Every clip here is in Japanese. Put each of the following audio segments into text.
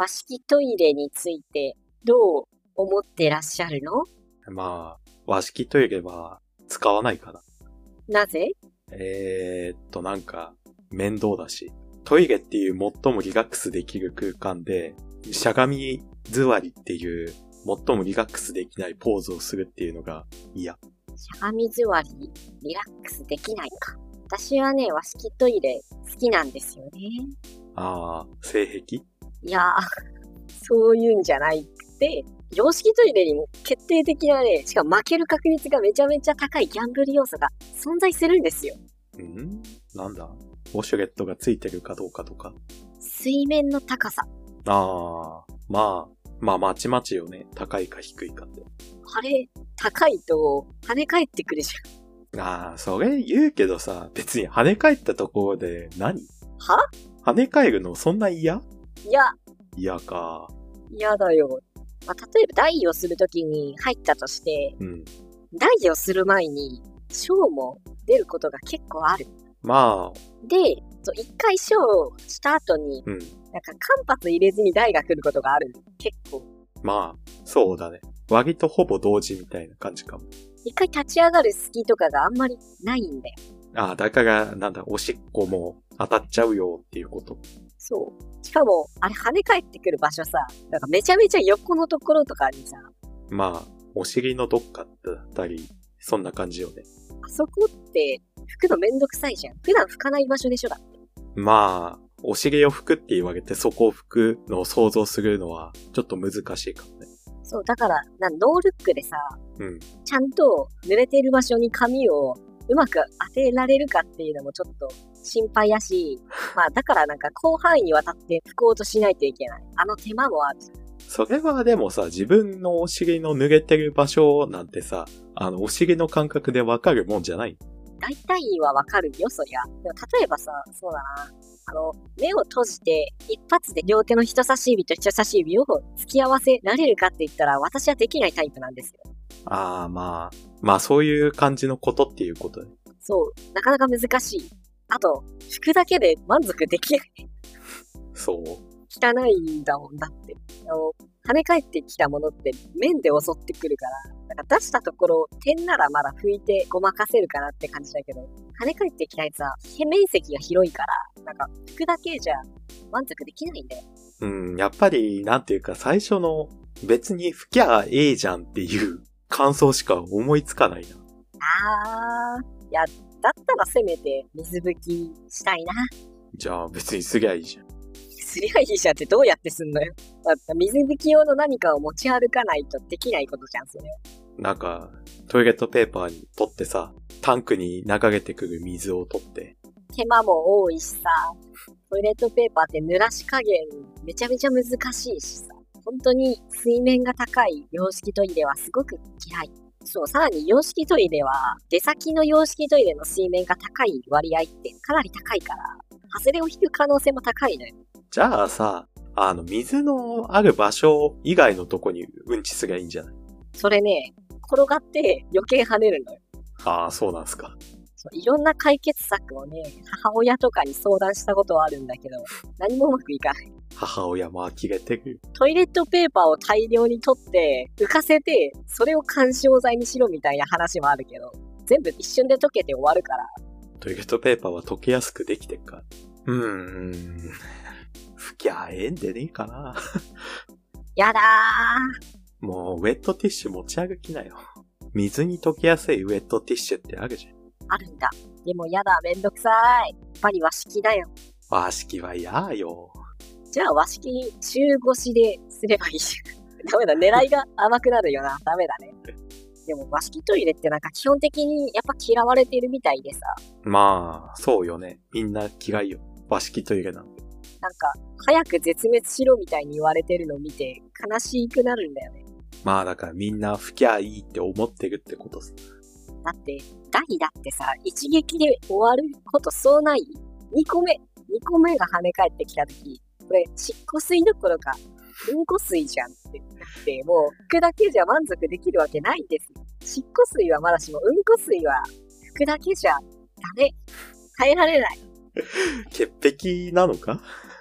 和式トイレについてどう思ってらっしゃるの？ まあ、和式トイレは使わないかな。 なぜ？ なんか、面倒だし。トイレっていう最もリラックスできる空間で、しゃがみ座りっていう最もリラックスできないポーズをするっていうのが嫌。 しゃがみ座り、リラックスできないか。私はね、和式トイレ好きなんですよね。 ああ、性癖？ いやー、そういうんじゃないくて、洋式トイレにも決定的なね、しかも負ける確率がめちゃめちゃ高いギャンブル要素が存在するんですよ。 なんだ？ウォシュレットがついてるかどうかとか。 水面の高さ。 ああ、まあちまちよね。高いか低いかって。 あれ、高いと跳ね返ってくるじああ、それ言うけどさ、別に跳ね返ったところで何？ ゃん。は？ 跳ね返るのそんな嫌？ いや、 嫌か。 嫌だよ。例えば台をするときに入ったとして、台をする前にショーも出ることが結構ある。 まあ。 で、一回ショーをした後に、なんか間髪入れずに台が来ることがある。結構。 まあ、そうだね。割とほぼ同時みたいな感じかも。 一回立ち上がる隙とかがあんまりないんだよ。 ああ、だからおしっこも当たっちゃうよっていうこと。 そう。しかも、あれ跳ね返ってくる場所さ、なんかめちゃめちゃ横のところとかにさ。 まあ、お尻のどっかだったり、そんな感じよね。 あそこって、拭くのめんどくさいじゃん。普段拭かない場所でしょだって。 まあ、お尻を拭くって言われてそこを拭くのを想像するのは、ちょっと難しいかもね。 そう、だから、ノールックでさ、ちゃんと濡れてる場所に髪をうまく当てられるかっていうのもちょっと心配やし、まあだからなんか広範囲にわたって拭こうとしないといけない。あの手間もある。 それはでもさ、自分のお尻の濡れてる場所なんてさ、お尻の感覚でわかるもんじゃない？ 大体はわかるよ、そりゃ。でも例えばさ、そうだな。目を閉じて一発で両手の人差し指と人差し指を突き合わせられるかって言ったら私はできないタイプなんですよ。 ああ、まあそういう感じのことっていうことね。 そう、なかなか難しい。あと、拭くだけで満足できない。 そう。 汚いんだもんだって。跳ね返ってきたものって面で襲ってくるから、なんか出したところ、点ならまだ拭いてごまかせるかなって感じだけど、跳ね返ってきたやつは面積が広いから、なんか拭くだけじゃ満足できないんだよ。 やっぱり、なんていうか最初の別に拭きゃええじゃんっていう感想しか思いつかないな。 いや、だったらせめて水拭きしたいな。 じゃあ別にすりゃいいじゃん。 すりゃいいじゃんってどうやってすんのよ。水拭き用の何かを持ち歩かないとできないことじゃん、それ。 なんか、トイレットペーパーに取ってさ、タンクに流れてくる水を取って。 手間も多いしさ、トイレットペーパーって濡らし加減めちゃめちゃ難しいしさ、本当に水面が高い洋式トイレはすごく嫌い。そう、さらに洋式トイレは、出先の洋式トイレの水面が高い割合ってかなり高いから、外れを引く可能性も高いのよ。 じゃあさ、水のある場所以外のとこにうんちすりゃいいんじゃない？ それね、転がって余計跳ねるのよ。 ああ、そうなんすか。 いろんな解決策をね、母親とかに相談したことはあるんだけど、何もうまくいかない。 母親も呆れてる。 トイレットペーパーを大量に取って浮かせて、それを緩衝材にしろみたいな話もあるけど、全部一瞬で溶けて終わるから。 トイレットペーパーは溶けやすくできてるか。拭きゃええんでねえかな。 やだー。もうウェットティッシュ持ち歩きなよ。水に溶けやすいウェットティッシュってあるじゃん。 あるんだ。でもやだ、めんどくさい。やっぱり和式だよ。 和式は嫌よ。 じゃあ和式中腰ですればいいじゃん。ダメだ、狙いが甘くなるよな。ダメだね。でも和式トイレってなんか基本的にやっぱ嫌われてるみたいでさ。 まあ、そうよね。みんな嫌いよ。和式トイレなんて。 なんか、早く絶滅しろみたいに言われてるのを見て悲しくなるんだよね。 まあだからみんな拭きゃいいって思ってるってことさ。 だって、台だってさ、一撃で終わることそうない？ 2 個目が跳ね返ってきたとき、これ、しっこ水どころか、うんこ水じゃんって言って、もう、拭くだけじゃ満足できるわけないんです。しっこ水はまだしも、うんこ水は、拭くだけじゃ、ダメ。耐えられない。 潔癖なのか？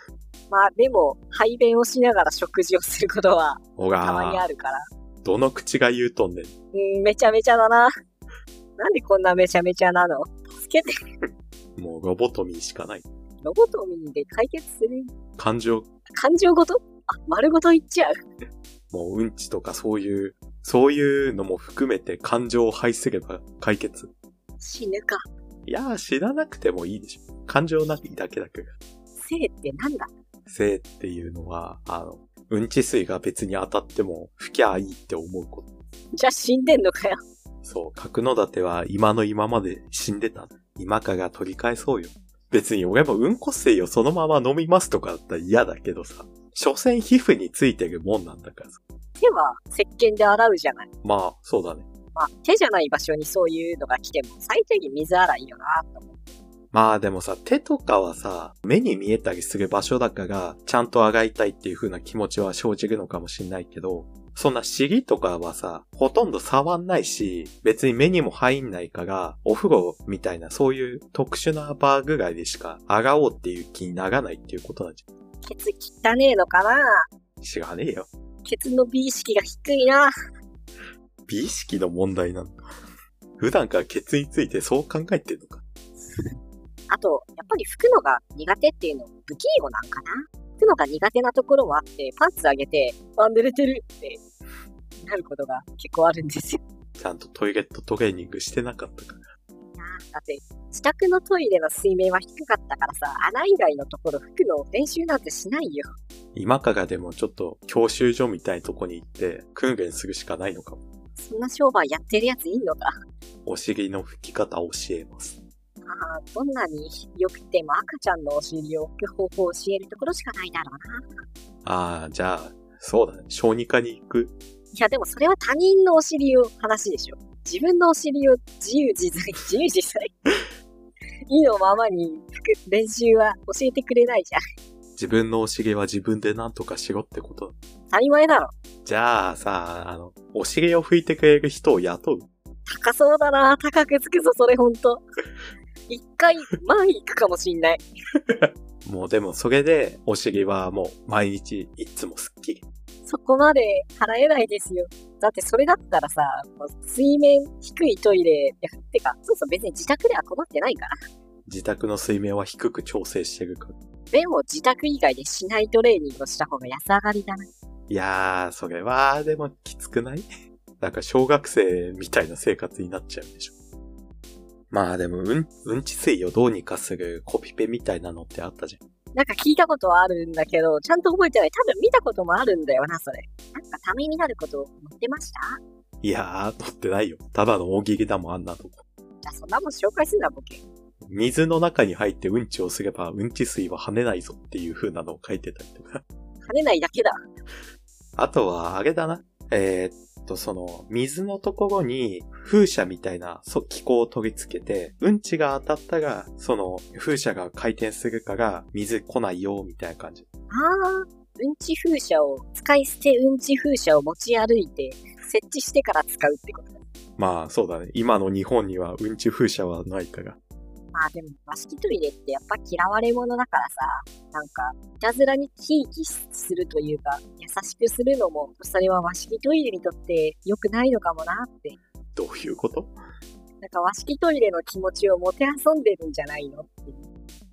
まあでも、排便をしながら食事をすることはほたまにあら、 るから。 どの口が言うとんねん。 めちゃめちゃだな。なんでこんなめちゃめちゃなの？助けて。 もうロボトミーしかない。 ロボトミーで解決する。 感情ごと？丸ごと言っちゃう。 もううんちとかそういうのも含めて感情を排すれば解決。 死ぬか。 いやー、知らなくてもいいでしょ。感情なきだけだから。 性ってなんだ？ 性っていうのは、うんち水が別に当たっても吹きゃいいって思うこと。 じゃあ死んでんのかよ。 そう、角館は今の今まで死んでた。今から取り返そうよ。別に俺もうんこ水をそのまま飲みますとかだったら嫌だけどさ。所詮皮膚についてるもんなんだからさ。 手は石鹸で洗うじゃない。 まあ、そうだね。 まあ、手じゃない場所にそういうのが来ても最低限水洗いよなと思う。 まあでもさ、手とかはさ、目に見えたりする場所だから、ちゃんと洗いたいっていう風な気持ちは生じるのかもしんないけど、そんな尻とかはさ、ほとんど触んないし、別に目にも入んないから、お風呂みたいなそういう特殊な場ぐらいでしか洗おうっていう気にならないっていうことなんじゃん。 ケツ汚ねえのかな？ 知らねえよ。 ケツの美意識が低いな。 美意識の問題なのか。普段からケツについてそう考えてんのか。 あと、やっぱり拭くのが苦手っていうの不器用なんかな。拭くのが苦手なところもあって、パンツ上げて、濡れてるってなることが結構あるんですよ。 ちゃんとトイレットトレーニングしてなかったから。 だって、自宅のトイレの水面は低かったからさ、穴以外のところ拭くの練習なんてしないよ。 今からでもちょっと教習所みたいなとこに行って訓練するしかないのかも。 そんな商売やってるやついんのか。 お尻の拭き方教えます。 どんなに良くても赤ちゃんのお尻を拭く方法を教えるところしかないだろうな。 じゃあ、そうだね。小児科に行く。 いやでもそれは他人のお尻を話でしょ。自分のお尻を自由自在意のままに拭く練習は教えてくれないじゃん。 自分のお尻は自分で何とかしろってこと。 当たり前だろ。 じゃあさ、お尻を拭いてくれる人を雇う。 高そうだな。高くつくぞそれほんと。一回万行くかもしんない。 もうでもそれでお尻はもう毎日いつもスッキリ。 そこまで払えないですよ。だってそれだったらさ、水面低いトイレ、てか、そう別に自宅では困ってないから。 自宅の水面は低く調整してるから。 便を自宅以外でしないトレーニングをした方が安上がりだな。 いやー、それはでもきつくない？なんか小学生みたいな生活になっちゃうでしょ。まあでもうんち水をどうにかするコピペみたいなのってあったじゃん。 なんか聞いたことはあるんだけど、ちゃんと覚えてない。多分見たこともあるんだよな、それ。なんかためになること載ってました？ いやー、載ってないよ。ただの大喜利だもん、あんなとこ。 じゃあそんなもん紹介すんな、ボケ。 水の中に入ってうんちをすればうんち水は跳ねないぞっていう風なのを書いてたりとか。 跳ねないだけだ。 あとは、あれだな。その、水のところに風車みたいな気孔を取り付けて、うんちが当たったら、その風車が回転するから水来ないよ、みたいな感じ。 うんち風車を、使い捨てうんち風車を持ち歩いて、設置してから使うってことだ。 まあ、そうだね。今の日本にはうんち風車はないから。 まあでも、和式トイレってやっぱ嫌われ者だからさ、なんか、いたずらにひいきするというか、優しくするのも、それは和式トイレにとって良くないのかもなって。 どういうこと？ なんか和式トイレの気持ちをもてあそんでるんじゃないのっていう。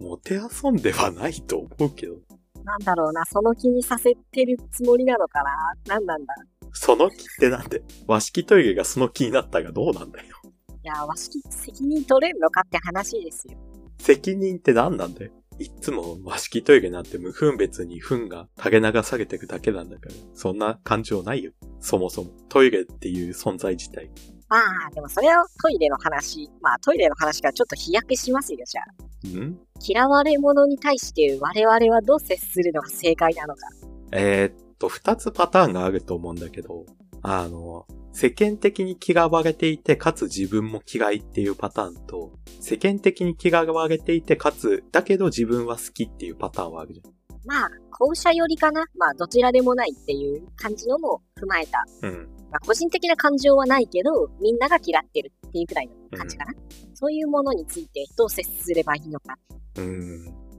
もてあそんではないと思うけど。 なんだろうな、その気にさせてるつもりなのかな？なんなんだ？ その気ってなんで？和式トイレがその気になったがどうなんだよ。 いや、和式責任取れんのかって話ですよ。 責任って何なんだよ。いつも和式トイレなんて無分別に糞が垂れ流されてるだけなんだから、そんな感情ないよ。そもそも。トイレっていう存在自体。 でもそれはトイレの話。トイレの話からちょっと飛躍しますよ、じゃあ。嫌われ者に対して我々はどう接するのが正解なのか。 二つパターンがあると思うんだけど、世間的に嫌われていて、かつ自分も嫌いっていうパターンと、世間的に嫌われていて、かつ、だけど自分は好きっていうパターンはあるじゃん。 後者よりかな。どちらでもないっていう感じのも踏まえた。個人的な感情はないけど、みんなが嫌ってるっていうくらいの感じかな。そういうものについてどう接すればいいのか。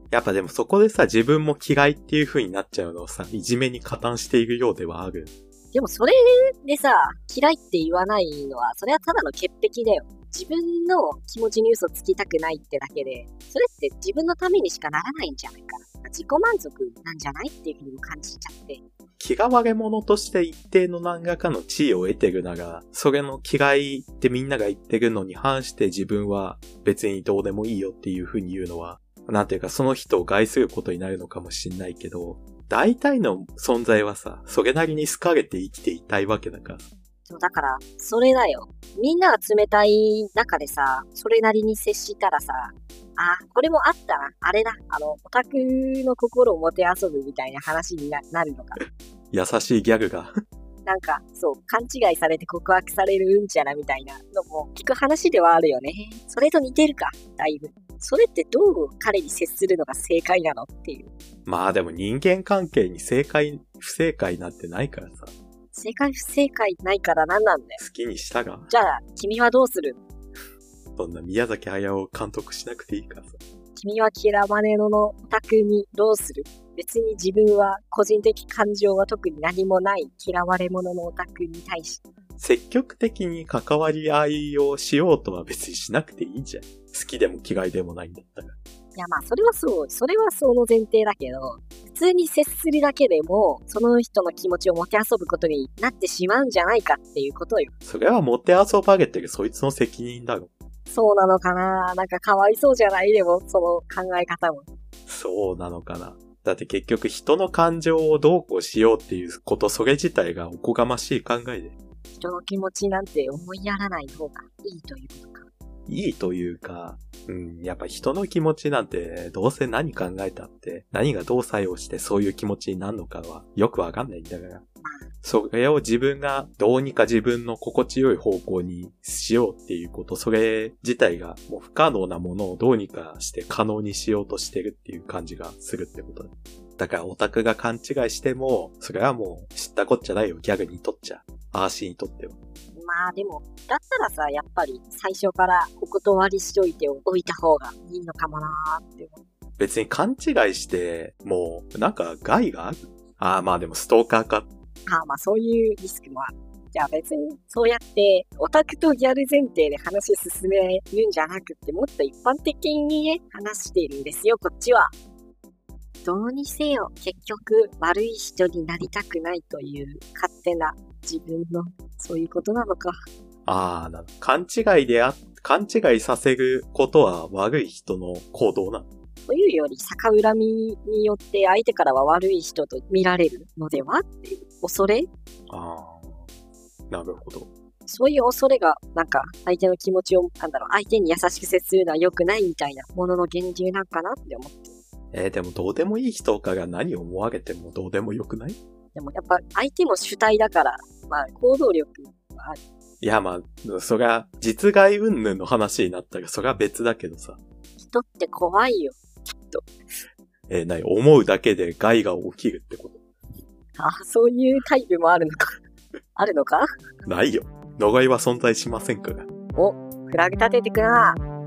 やっぱでもそこでさ、自分も嫌いっていう風になっちゃうのをさ、いじめに加担しているようではある。 でもそれでさ、嫌いって言わないのは、それはただの潔癖だよ。自分の気持ちに嘘つきたくないってだけで、それって自分のためにしかならないんじゃないかな。自己満足なんじゃないっていう風にも感じちゃって。 嫌われ者として一定の何らかの地位を得てるなら、それの嫌いってみんなが言ってるのに反して自分は別にどうでもいいよっていう風に言うのは、なんていうかその人を害することになるのかもしんないけど、大体の存在はさ、それなりに好かれて生きていたいわけだから。 そうだから、それだよ。みんなが冷たい中でさ、それなりに接したらさ、これもあったな。あれだ。オタクの心をもてあそぶみたいな話に なるのか。 優しいギャグが。 なんか、そう、勘違いされて告白されるうんちゃらみたいなのも聞く話ではあるよね。それと似てるか、だいぶ。それってどう彼に接するのが正解なのっていう。 まあでも人間関係に正解、不正解なんてないからさ。 正解不正解ないから何なんだよ。 好きにしたが。 じゃあ、君はどうする？ そんな宮崎駿を監督しなくていいからさ。 君は嫌われ者のオタクにどうする？別に自分は個人的感情は特に何もない嫌われ者のオタクに対し。 積極的に関わり合いをしようとは別にしなくていいじゃん。好きでも嫌いでもないんだったら。いやまあそれはそう。それはその前提だけど、普通に接するだけでも、その人の気持ちをもてあそぶことになってしまうんじゃないかっていうことよ。 それはもてあそばれてるそいつの責任だろ。 そうなのかな？なんかかわいそうじゃない？でも、その考え方も。 そうなのかな。だって結局人の感情をどうこうしようっていうこと、それ自体がおこがましい考えで。 人の気持ちなんて思いやらない方がいいということか。 いいというか、やっぱ人の気持ちなんてどうせ何考えたって何がどう作用してそういう気持ちになるのかはよくわかんないんだから。それを自分がどうにか自分の心地よい方向にしようっていうこと、それ自体がもう不可能なものをどうにかして可能にしようとしてるっていう感じがするってことだ。だからオタクが勘違いしても、それはもう知ったこっちゃないよ、ギャグにとっちゃ。アーシーにとっては。 まあでも、だったらさ、やっぱり最初からお断りしといておいた方がいいのかもなーって思う。 別に勘違いして、もうなんか害がある？まあでもストーカーか。 まあそういうリスクもある。じゃあ別にそうやってオタクとギャル前提で話進めるんじゃなくて、もっと一般的にね、話しているんですよ、こっちは。どうにせよ、結局悪い人になりたくないという勝手な自分のそういうことなのか。 勘違いさせることは悪い人の行動なの。 というより逆恨みによって相手からは悪い人と見られるのではっていう恐れ？ なるほど。 そういう恐れがなんか相手の気持ちを相手に優しく接するのは良くないみたいなものの源流なんかなって思って。 でもどうでもいい人から何を思われてもどうでもよくない？ でもやっぱ相手も主体だから、まあ行動力はある。 いやまあ、そりゃ実害云々の話になったらそりゃ別だけどさ。 人って怖いよ、きっと。 思うだけで害が起きるってこと？ そういうタイプもあるのか。あるのか？ ないよ。呪いは存在しませんから。 フラグ立ててくな。